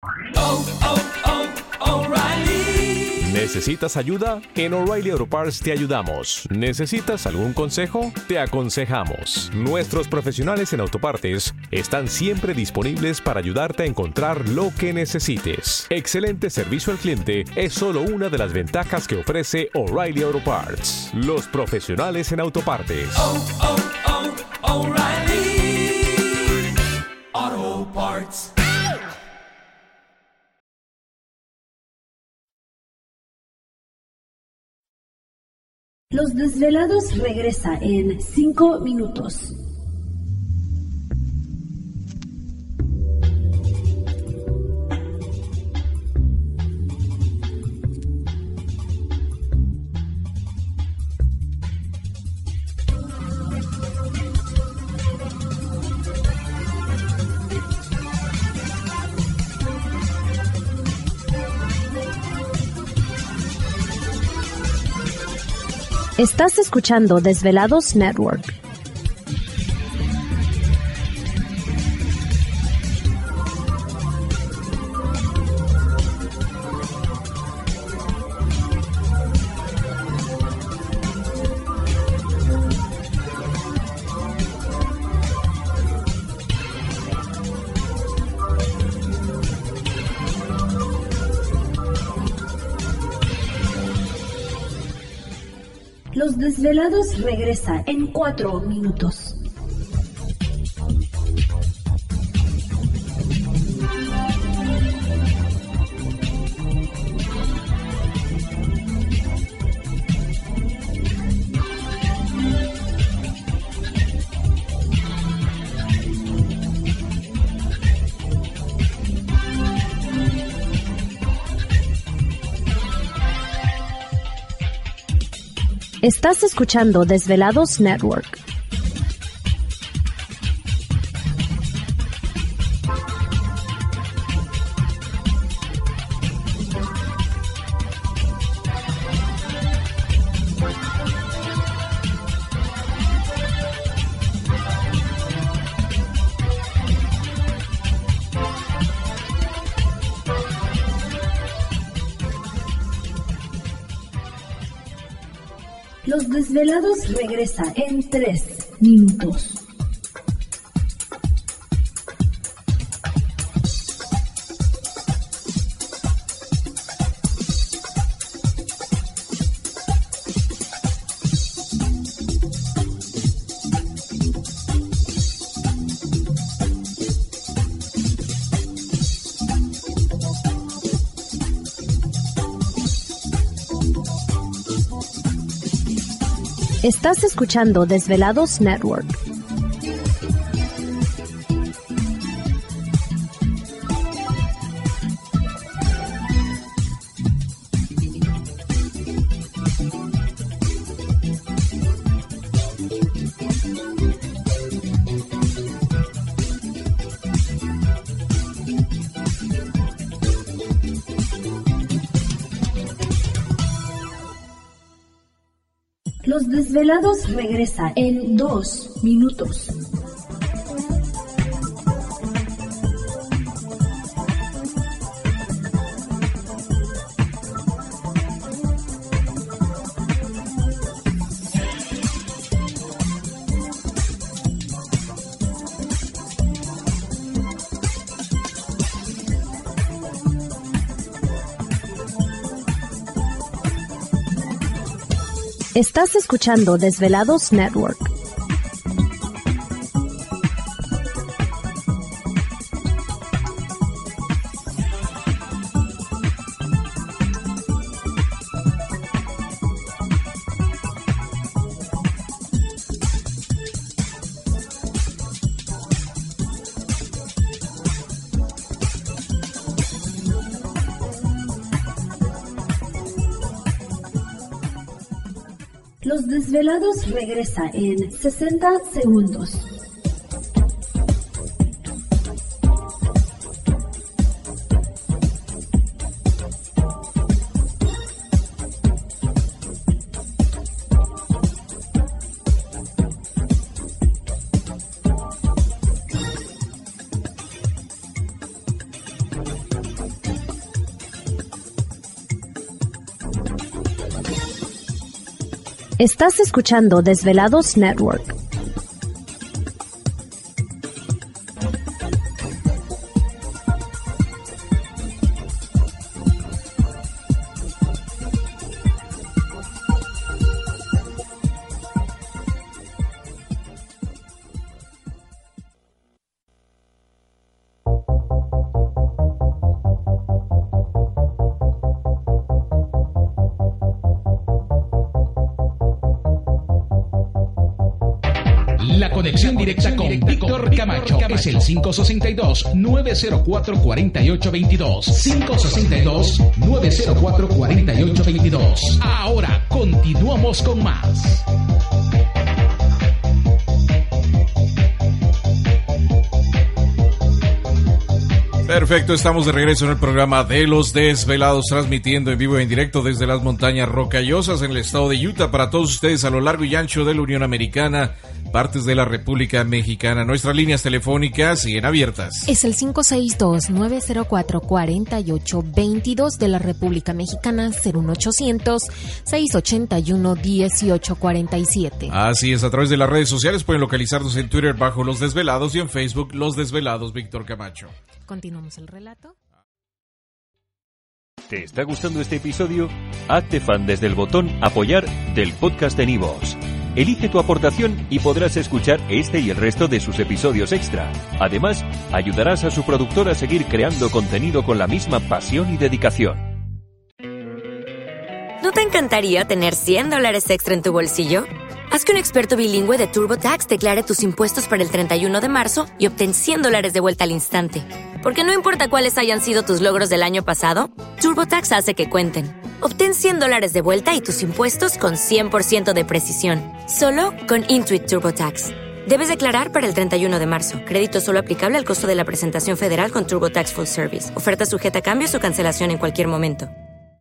O'Reilly. ¿Necesitas ayuda? En O'Reilly Auto Parts te ayudamos. ¿Necesitas algún consejo? Te aconsejamos. Nuestros profesionales en autopartes están siempre disponibles para ayudarte a encontrar lo que necesites. Excelente servicio al cliente es solo una de las ventajas que ofrece O'Reilly Auto Parts. Los profesionales en autopartes. O'Reilly Auto Parts. Los Desvelados regresa en 5 minutos. Estás escuchando Desvelados Network. Los Desvelados regresa en 4 minutos. Estás escuchando Desvelados Network. Los Desvelados regresa en 3 minutos. Estás escuchando Desvelados Network. Los Desvelados regresa en 2 minutos. Estás escuchando Desvelados Network. Los Desvelados regresa en 60 segundos. Estás escuchando Desvelados Network. La conexión directa con Víctor Camacho es el 562-904-4822. 562-904-4822. Ahora continuamos con más. Perfecto, estamos de regreso en el programa de Los Desvelados, transmitiendo en vivo y en directo desde las montañas rocallosas en el estado de Utah para todos ustedes a lo largo y ancho de la Unión Americana, partes de la República Mexicana. Nuestras líneas telefónicas siguen abiertas. Es el 562-904-4822 de la República Mexicana, 01800-681-1847. Así es, a través de las redes sociales pueden localizarnos en Twitter bajo Los Desvelados y en Facebook Los Desvelados Víctor Camacho. Continuamos el relato. ¿Te está gustando este episodio? Hazte fan desde el botón Apoyar del podcast de Nivos. Elige tu aportación y podrás escuchar este y el resto de sus episodios extra. Además, ayudarás a su productor a seguir creando contenido con la misma pasión y dedicación. ¿No te encantaría tener $100 extra en tu bolsillo? Haz que un experto bilingüe de TurboTax declare tus impuestos para el 31 de marzo y obtén $100 de vuelta al instante. Porque no importa cuáles hayan sido tus logros del año pasado, TurboTax hace que cuenten. Obtén $100 de vuelta y tus impuestos con 100% de precisión. Solo con Intuit TurboTax. Debes declarar para el 31 de marzo. Crédito solo aplicable al costo de la presentación federal con TurboTax Full Service. Oferta sujeta a cambios o cancelación en cualquier momento.